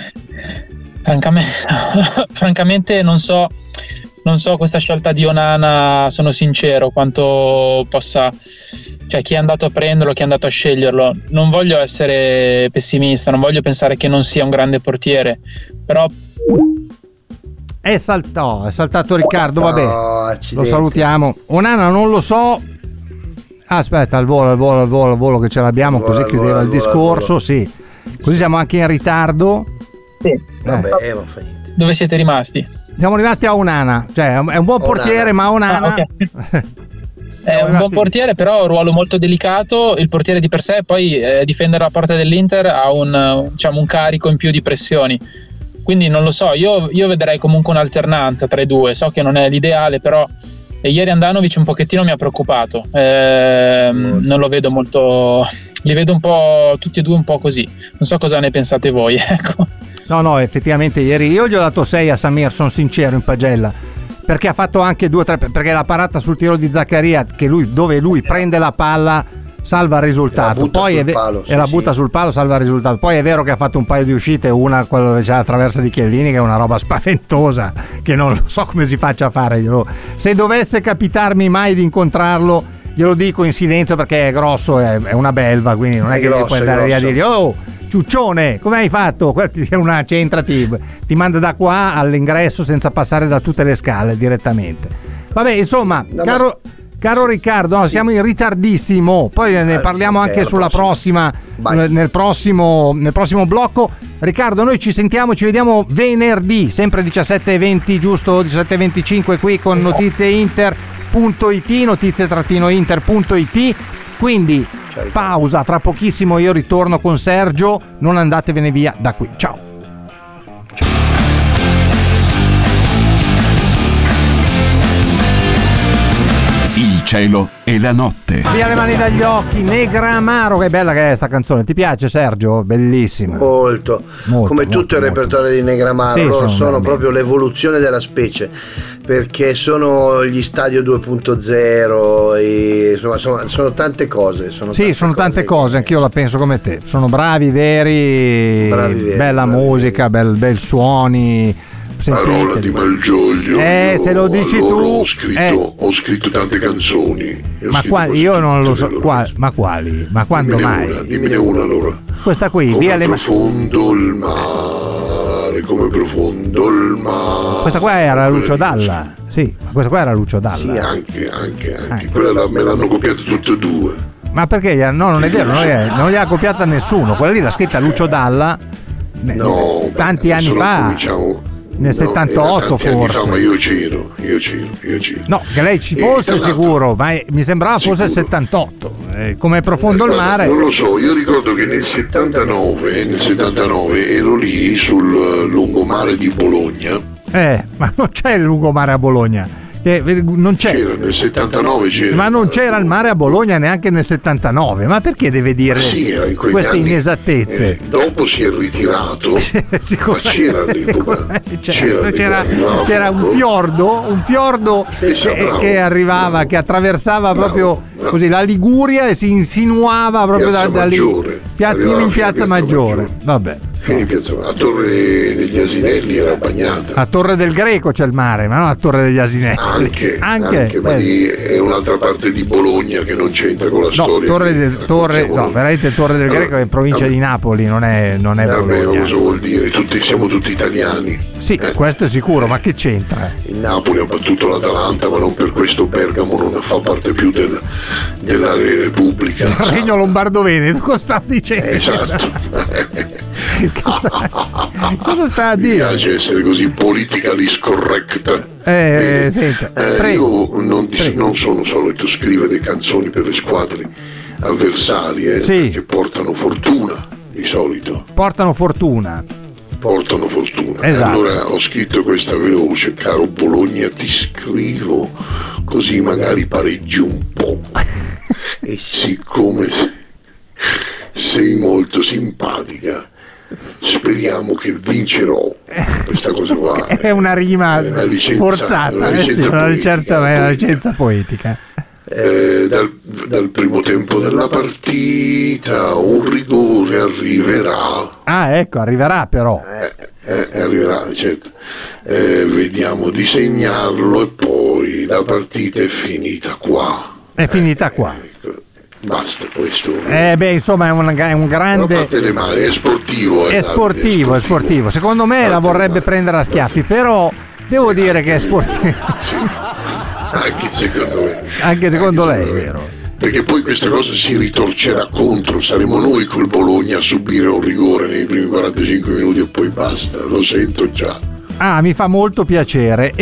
Francamente non so questa scelta di Onana, sono sincero, quanto possa, cioè chi è andato a prenderlo, chi è andato a sceglierlo. Non voglio essere pessimista, non voglio pensare che non sia un grande portiere, però è saltato Riccardo, vabbè, accidenti. Lo salutiamo. Onana non lo so, aspetta, al volo che ce l'abbiamo, così chiudeva il discorso, sì, così siamo anche in ritardo. Sì. Vabbè, ma fai niente. Dove siete rimasti? Siamo rimasti a Onana, cioè è un buon portiere, ma Onana okay. È un buon portiere, però un ruolo molto delicato. Il portiere di per sé, poi difendere la porta dell'Inter ha un carico in più di pressioni. Quindi non lo so, io vedrei comunque un'alternanza tra i due. So che non è l'ideale, però ieri Andanovic un pochettino mi ha preoccupato. Non lo vedo molto, li vedo un po' tutti e due un po' così. Non so cosa ne pensate voi, ecco. No, effettivamente ieri io gli ho dato 6 a Samir, sono sincero, in pagella, perché ha fatto anche 2-3, perché la parata sul tiro di Zaccaria, dove lui prende la palla, salva il risultato, poi la butta sul palo, salva il risultato. Poi è vero che ha fatto un paio di uscite, una quello dove c'è la traversa di Chiellini, che è una roba spaventosa, che non so come si faccia a fare. Se dovesse capitarmi mai di incontrarlo, glielo dico in silenzio, perché è grosso, è una belva, quindi non è che puoi andare lì a dirgli oh ciuccione, come hai fatto? Una centra ti manda da qua all'ingresso senza passare da tutte le scale direttamente. Vabbè, insomma, caro Riccardo, siamo in ritardissimo, poi ne parliamo anche sulla prossima, nel prossimo blocco. Riccardo, noi ci sentiamo, ci vediamo venerdì, sempre 17:20, giusto? 17:25 qui con notizieinter.it, notizie-inter.it. Quindi pausa, fra pochissimo io ritorno con Sergio, non andatevene via da qui. Ciao. Il cielo e la notte. Via le mani dagli occhi, Negramaro, che bella che è sta canzone. Ti piace, Sergio? Bellissima. Molto. Come tutto il repertorio di Negramaro, sì, loro sono proprio l'evoluzione della specie, perché sono gli Stadio 2.0 e insomma sono tante cose. Sono tante cose, anch'io la penso come te. Sono bravi, veri, bella musica, bel suoni. Parola di Malgioglio. Se lo dici tu. Ho scritto tante canzoni. Io non lo so. Ma quali? Ma quando mai? Dimmene una allora. Questa qui, come profondo il mare, come profondo il mare. Questa qua era Lucio Dalla. Sì, ma questa qua era Lucio Dalla. Sì, anche. Quella me l'hanno copiata tutte e due. Ma perché? No, non è vero, non gli ha copiata nessuno. Quella lì l'ha scritta Lucio Dalla tanti anni fa. Nel 78 forse. Ma io c'ero. No, che lei ci fosse sicuro, ma mi sembrava fosse il 78. Come profondo il mare. Non lo so, io ricordo che nel 79 ero lì sul lungomare di Bologna. Ma non c'è il lungomare a Bologna. Non c'è. C'era nel 79 c'era. Ma non c'era il mare a Bologna neanche nel 79. Ma perché deve dire queste inesattezze? Dopo si è ritirato. Ma c'era all'epoca. C'era un fiordo che arrivava, che attraversava proprio così la Liguria e si insinuava proprio da lì. In Piazza Maggiore. Vabbè. A Torre degli Asinelli era bagnata. A Torre del Greco c'è il mare, ma non a Torre degli Asinelli. Anche ma lì è un'altra parte di Bologna che non c'entra con la storia. Veramente Torre del Greco è in provincia di Napoli, non è Bologna. Cosa vuol dire? Siamo tutti italiani. Sì, questo è sicuro, ma che c'entra? Il Napoli ha battuto l'Atalanta, ma non per questo Bergamo non fa parte più della Repubblica. Il Regno Lombardo-Veneto, cosa sta dicendo? Esatto. Cosa sta a dire? Mi piace essere così politically scorrect. Senta, io non sono solito scrivere canzoni per le squadre avversarie che portano fortuna di solito. Portano fortuna. Esatto. Allora ho scritto questa veloce: caro Bologna, ti scrivo così magari pareggi un po'. E siccome sei molto simpatica, speriamo che vincerò. Questa cosa qua è una rima forzata, una licenza poetica. Dal primo tempo della partita un rigore arriverà. Arriverà però. Arriverà, certo. Vediamo di segnarlo e poi la partita è finita qua. È finita qua. Basta questo. Insomma è un grande. È sportivo. È sportivo. Secondo me la vorrebbe prendere a schiaffi, però devo dire che è sportivo. Sì. Anche secondo lei, vero? Perché poi questa cosa si ritorcerà contro, saremo noi col Bologna a subire un rigore nei primi 45 minuti e poi basta, lo sento già. Mi fa molto piacere.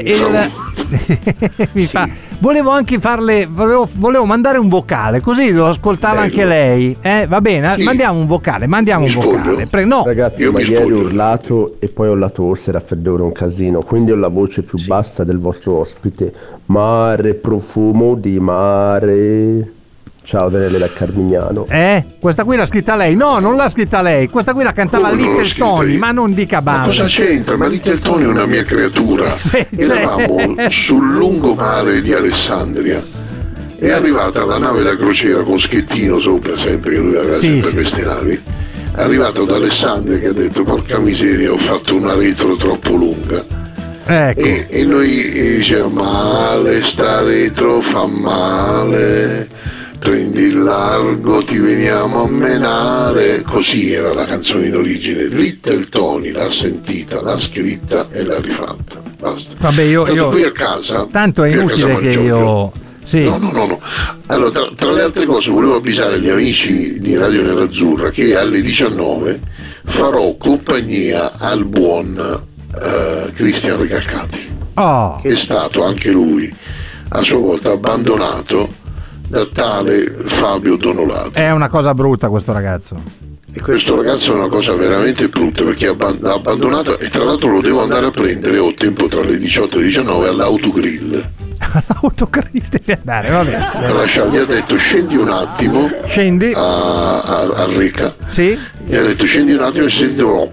Volevo anche volevo mandare un vocale, così lo ascoltava anche lei. Va bene, sì. Mandiamo un vocale. No. Ragazzi, ma ieri ho urlato e poi ho la tosse, raffreddore un casino, quindi ho la voce più bassa del vostro ospite. Mare, profumo di mare. Ciao Daniele da Carmignano. Questa qui l'ha scritta lei? No, non l'ha scritta lei. Questa qui la cantava Little Tony, ma non dica basta. Ma cosa c'entra? Ma Little Tony è una mia creatura. Eravamo sul lungomare di Alessandria. È arrivata la nave da crociera con Schettino sopra, sempre che lui aveva sempre queste navi. È arrivato ad Alessandria che ha detto: porca miseria, ho fatto una retro troppo lunga. E noi dicevamo: male, sta retro fa male. Prendi il largo, ti veniamo a menare. Così era la canzone in origine. Little Tony l'ha sentita, l'ha scritta e l'ha rifatta. Basta. Vabbè, io qui a casa. Tanto è inutile che io. Sì. No. Allora, tra le altre cose, volevo avvisare gli amici di Radio Nerazzurra che alle 19 farò compagnia al buon Cristian Recalcati. Che è stato anche lui a sua volta abbandonato da tale Fabio Donolato. È una cosa brutta questo ragazzo. E questo ragazzo è una cosa veramente brutta, perché ha abbandonato, e tra l'altro lo devo andare a prendere, ho tempo tra le 18 e le 19 all'autogrill. l'autogrill devi andare, va bene. Gli ha detto scendi un attimo. Scendi a Reca. Sì. Gli ha detto scendi un attimo e sentirò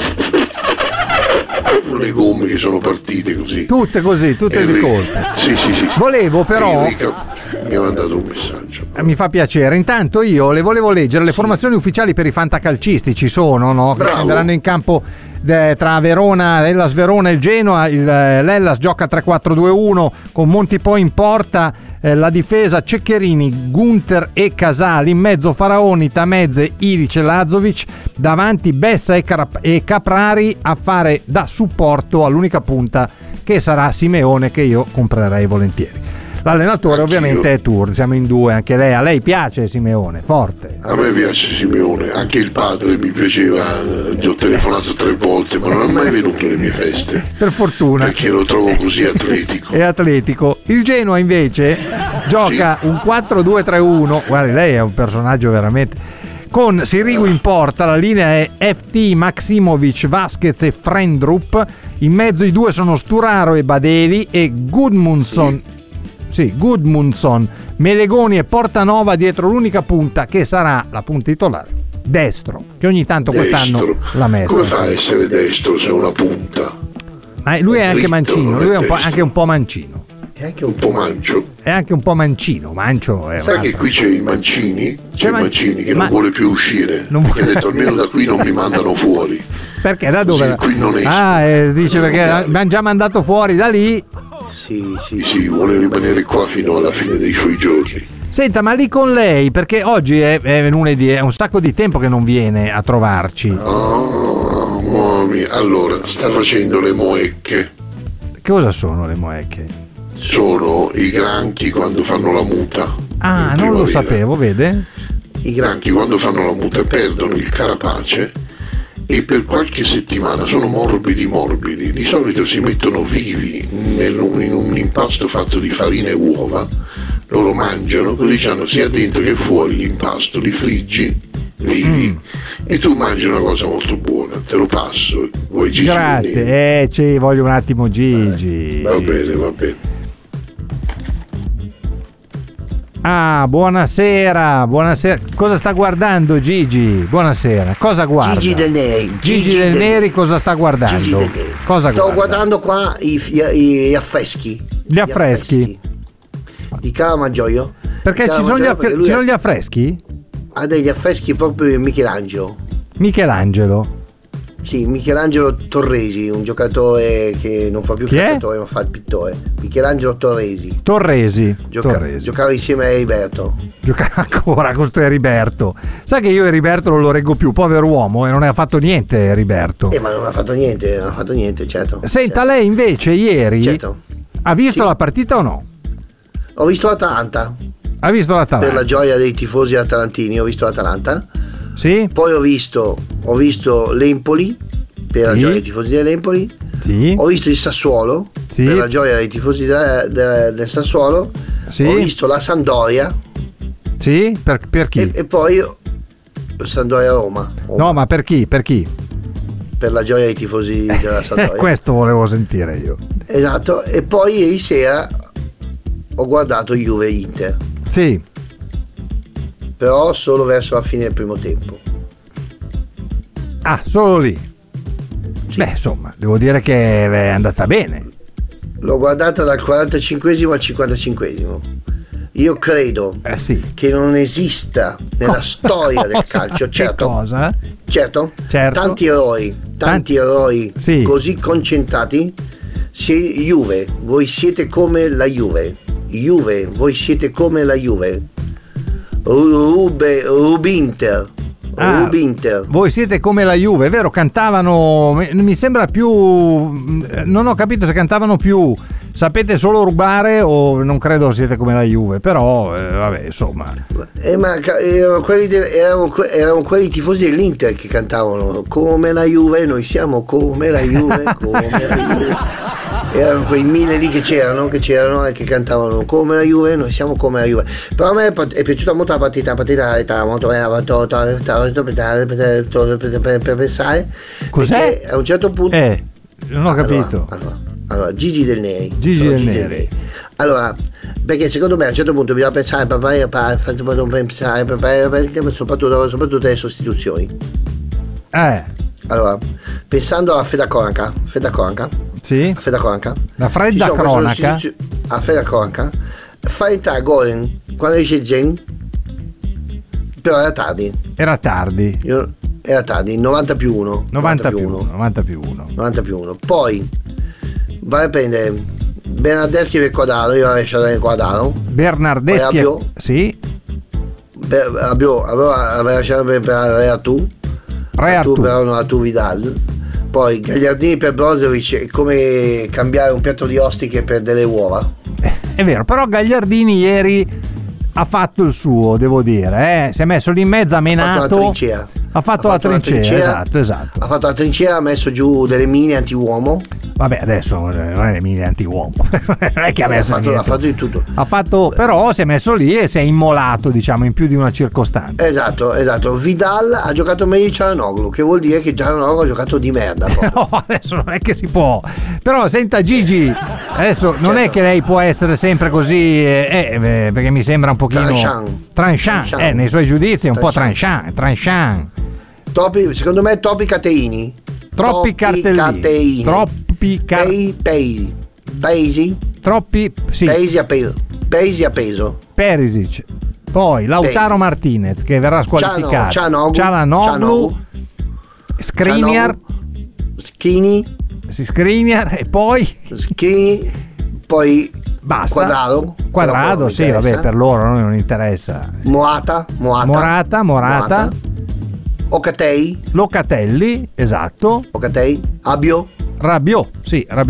le gomme che sono partite così. Tutte così, tutte di colpo. Sì. Volevo però. Mi ha mandato un messaggio. Mi fa piacere. Intanto io le volevo leggere le formazioni ufficiali per i fantacalcistici sono, no? Che andranno in campo tra Verona, l'Hellas Verona e il Genoa. L'Hellas gioca 3-4-2-1 con Monti poi in porta, la difesa Ceccherini, Gunter e Casali, in mezzo Faraoni, Tamezze, Ilic e Lazovic, davanti Bessa e Caprari a fare da supporto all'unica punta che sarà Simeone, che io comprerei volentieri. L'allenatore ovviamente è Tur, siamo in due, anche lei. A lei piace Simeone? Forte? A me piace Simeone, anche il padre mi piaceva, gli ho telefonato 3 volte, ma non è mai venuto alle mie feste. Per fortuna. Perché lo trovo così atletico. È atletico. Il Genoa invece gioca un 4-2-3-1, guardi, lei è un personaggio veramente... Con Sirigu in porta, la linea è FT, Maximovic, Vasquez e Frendrup, in mezzo i due sono Sturaro e Badeli e Gudmundsson. Sì, Gudmundsson, Melegoni e Portanova dietro l'unica punta che sarà la punta titolare, Destro, che ogni tanto quest'anno l'ha messa. Come fa a essere destro se è una punta? Ma lui è anche mancino, lui è anche un po' mancino. È anche un po' mancio. È anche un po' mancino, mancio è. Sai che qui c'è il Mancini? C'è il Mancini che non vuole più uscire. Che ha detto almeno da qui non mi mandano fuori. Perché da dove? Qui non dice perché abbiamo già mandato fuori da lì. Sì, vuole rimanere qua fino alla fine dei suoi giorni. Senta, ma lì con lei, perché oggi è lunedì, è un sacco di tempo che non viene a trovarci. Oh, mamma mia. Allora, sta facendo le moecche. Che cosa sono le moecche? Sono i granchi quando fanno la muta. Ah, non lo sapevo, vede? I granchi quando fanno la muta perdono il carapace e per qualche settimana sono morbidi. Di solito si mettono vivi in un impasto fatto di farina e uova, loro mangiano, così hanno sia dentro che fuori l'impasto, li friggi vivi e tu mangi una cosa molto buona. Te lo passo, vuoi Gigi? Grazie, ci voglio un attimo Gigi. Va bene. Ah, buonasera. Cosa sta guardando Gigi? Buonasera. Cosa guarda? Gigi Del Neri cosa sta guardando? Sto guardando qua gli affreschi. Gli affreschi? Di Caramaggiolo. Perché ci sono gli affreschi? Ha degli affreschi proprio di Michelangelo. Sì, Michelangelo Torresi, un giocatore che non fa più calciatore ma fa il pittore. Michelangelo Torresi. Giocava insieme a Heriberto. Giocava ancora con questo Heriberto. Sai che io Heriberto non lo reggo più, povero uomo, e non ha fatto niente Heriberto. Ma non ha fatto niente, certo. Senta, lei invece ieri ha visto la partita o no? Ho visto l'Atalanta. Ha visto l'Atalanta? Per la gioia dei tifosi atalantini ho visto l'Atalanta. Sì. Poi ho visto l'Empoli per la gioia dei tifosi dell'Empoli. Sì. Ho visto il Sassuolo per la gioia dei tifosi del Sassuolo. Sì. Ho visto la Sampdoria. Sì, per chi? E poi Sampdoria Roma. No, ma per chi? Per la gioia dei tifosi della Sampdoria. Questo volevo sentire io. Esatto. E poi ieri sera ho guardato Juve Inter. Sì. Però solo verso la fine del primo tempo. Ah, solo lì? Sì. Beh, insomma, devo dire che è andata bene. L'ho guardata dal 45esimo al 55esimo. Io credo che non esista nella storia del calcio, certo, certo, tanti eroi così concentrati. Se Juve, voi siete come la Juve. Voi siete come la Juve. Rubinter. Voi siete come la Juve, è vero? Cantavano, mi sembra più, non ho capito se cantavano più sapete solo rubare o non credo siete come la Juve, però vabbè, insomma. Ma erano quelli tifosi dell'Inter che cantavano come la Juve, noi siamo come la Juve, come la Juve. Erano quei 1000 lì che c'erano e che cantavano come la Juve, noi siamo come la Juve. Però a me è piaciuta molto la partita era molto bella per pensare. Cos'è? A un certo punto non ho capito. Allora, Gigi Del Neri. Allora, perché secondo me a un certo punto bisogna pensare soprattutto alle sostituzioni. Allora, pensando alla fredda cronaca. Sì. La fredda cronaca. A fredda cronaca. Fare entrare Golden quando dice Zen, però era tardi. Era tardi, 90 più 1. Poi vai a prendere Bernardeschi per Quadrado, io l'avevo lasciato nel Quadrado. Bernardeschi, sì. Aveva lasciato per Reatù però non Reatù Vidal. Poi Gagliardini per Brozovic, è come cambiare un piatto di ostiche per delle uova. È vero, però Gagliardini ieri ha fatto il suo, devo dire, si è messo lì in mezzo, ha menato, ha fatto la trincea, esatto. Ha fatto la trincea, ha messo giù delle mine anti-uomo. Vabbè, adesso non è le mine anti-uomo, non è che ha messo ha fatto di tutto. Però si è messo lì e si è immolato, diciamo, in più di una circostanza. Esatto. Vidal ha giocato meglio di Cialanoglu, che vuol dire che Cialanoglu ha giocato di merda. No, adesso non è che si può. Però senta Gigi, adesso non è che lei può essere sempre così, perché mi sembra un pochino tranchant. Nei suoi giudizi è un po' tranchant. Secondo me Topi Cateini. Troppi cartellini. Paesi. Troppi, sì. Paesi a peso. Perisic. Poi Lautaro Martinez che verrà squalificato. Cialanoglu. Skriniar e poi basta. Quadrado, sì, vabbè, per loro non interessa. Morata. Locatelli, esatto. Rabiot.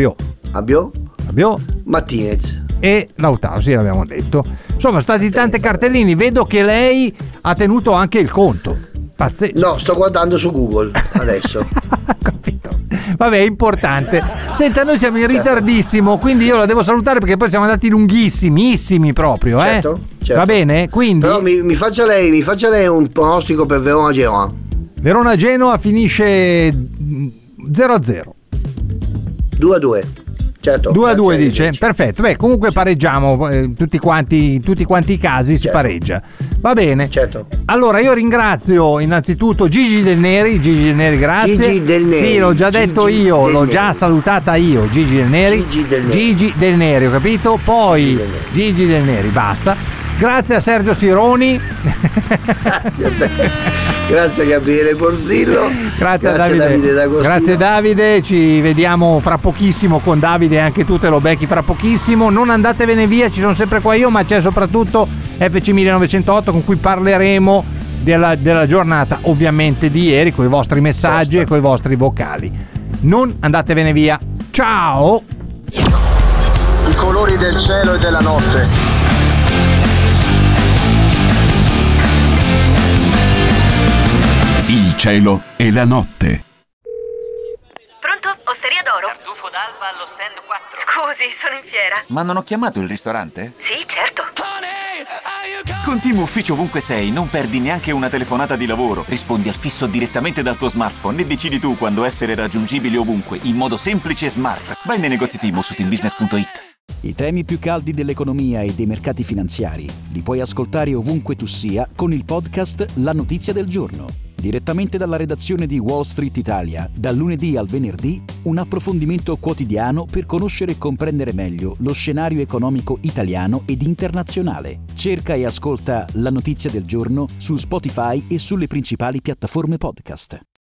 Martinez e Lautaro, sì, l'abbiamo detto. Insomma, sono stati tanti cartellini. Vedo che lei ha tenuto anche il conto. Pazzesco. No, sto guardando su Google adesso. Capito. Vabbè, è importante. Senta, noi siamo in ritardissimo, quindi io la devo salutare perché poi siamo andati lunghissimissimi proprio, Certo. Va bene? Quindi però mi faccia lei un pronostico per Verona-Genoa. Verona-Genoa finisce 0-0. 2-2. Certo. 2-2 dice? Perfetto. Beh, comunque pareggiamo, tutti quanti i casi si pareggia. Va bene. Certo. Allora io ringrazio innanzitutto Gigi Del Neri, grazie. Gigi Del Neri. Sì, l'ho già detto io, l'ho già salutata io, Gigi Del Neri, ho capito? Poi Gigi Del Neri, basta. Grazie a Sergio Sironi. Grazie a te. Grazie a Gabriele Borzillo. Grazie a Davide D'Agostino. Grazie Davide, ci vediamo fra pochissimo con Davide e anche tu te lo becchi fra pochissimo. Non andatevene via, ci sono sempre qua io, ma c'è soprattutto FC 1908 con cui parleremo della giornata ovviamente di ieri, con i vostri messaggi e con i vostri vocali. Non andatevene via. Ciao! I colori del cielo e della notte. Il cielo e la notte. Pronto? Osteria d'Oro? Tartufo d'alba allo stand 4. Scusi, sono in fiera. Ma non ho chiamato il ristorante? Sì, certo. Con Team Ufficio ovunque sei, non perdi neanche una telefonata di lavoro. Rispondi al fisso direttamente dal tuo smartphone e decidi tu quando essere raggiungibile ovunque, in modo semplice e smart. Vai nei negozi Team o su teambusiness.it. I temi più caldi dell'economia e dei mercati finanziari li puoi ascoltare ovunque tu sia con il podcast La Notizia del Giorno. Direttamente dalla redazione di Wall Street Italia, dal lunedì al venerdì, un approfondimento quotidiano per conoscere e comprendere meglio lo scenario economico italiano ed internazionale. Cerca e ascolta La Notizia del Giorno su Spotify e sulle principali piattaforme podcast.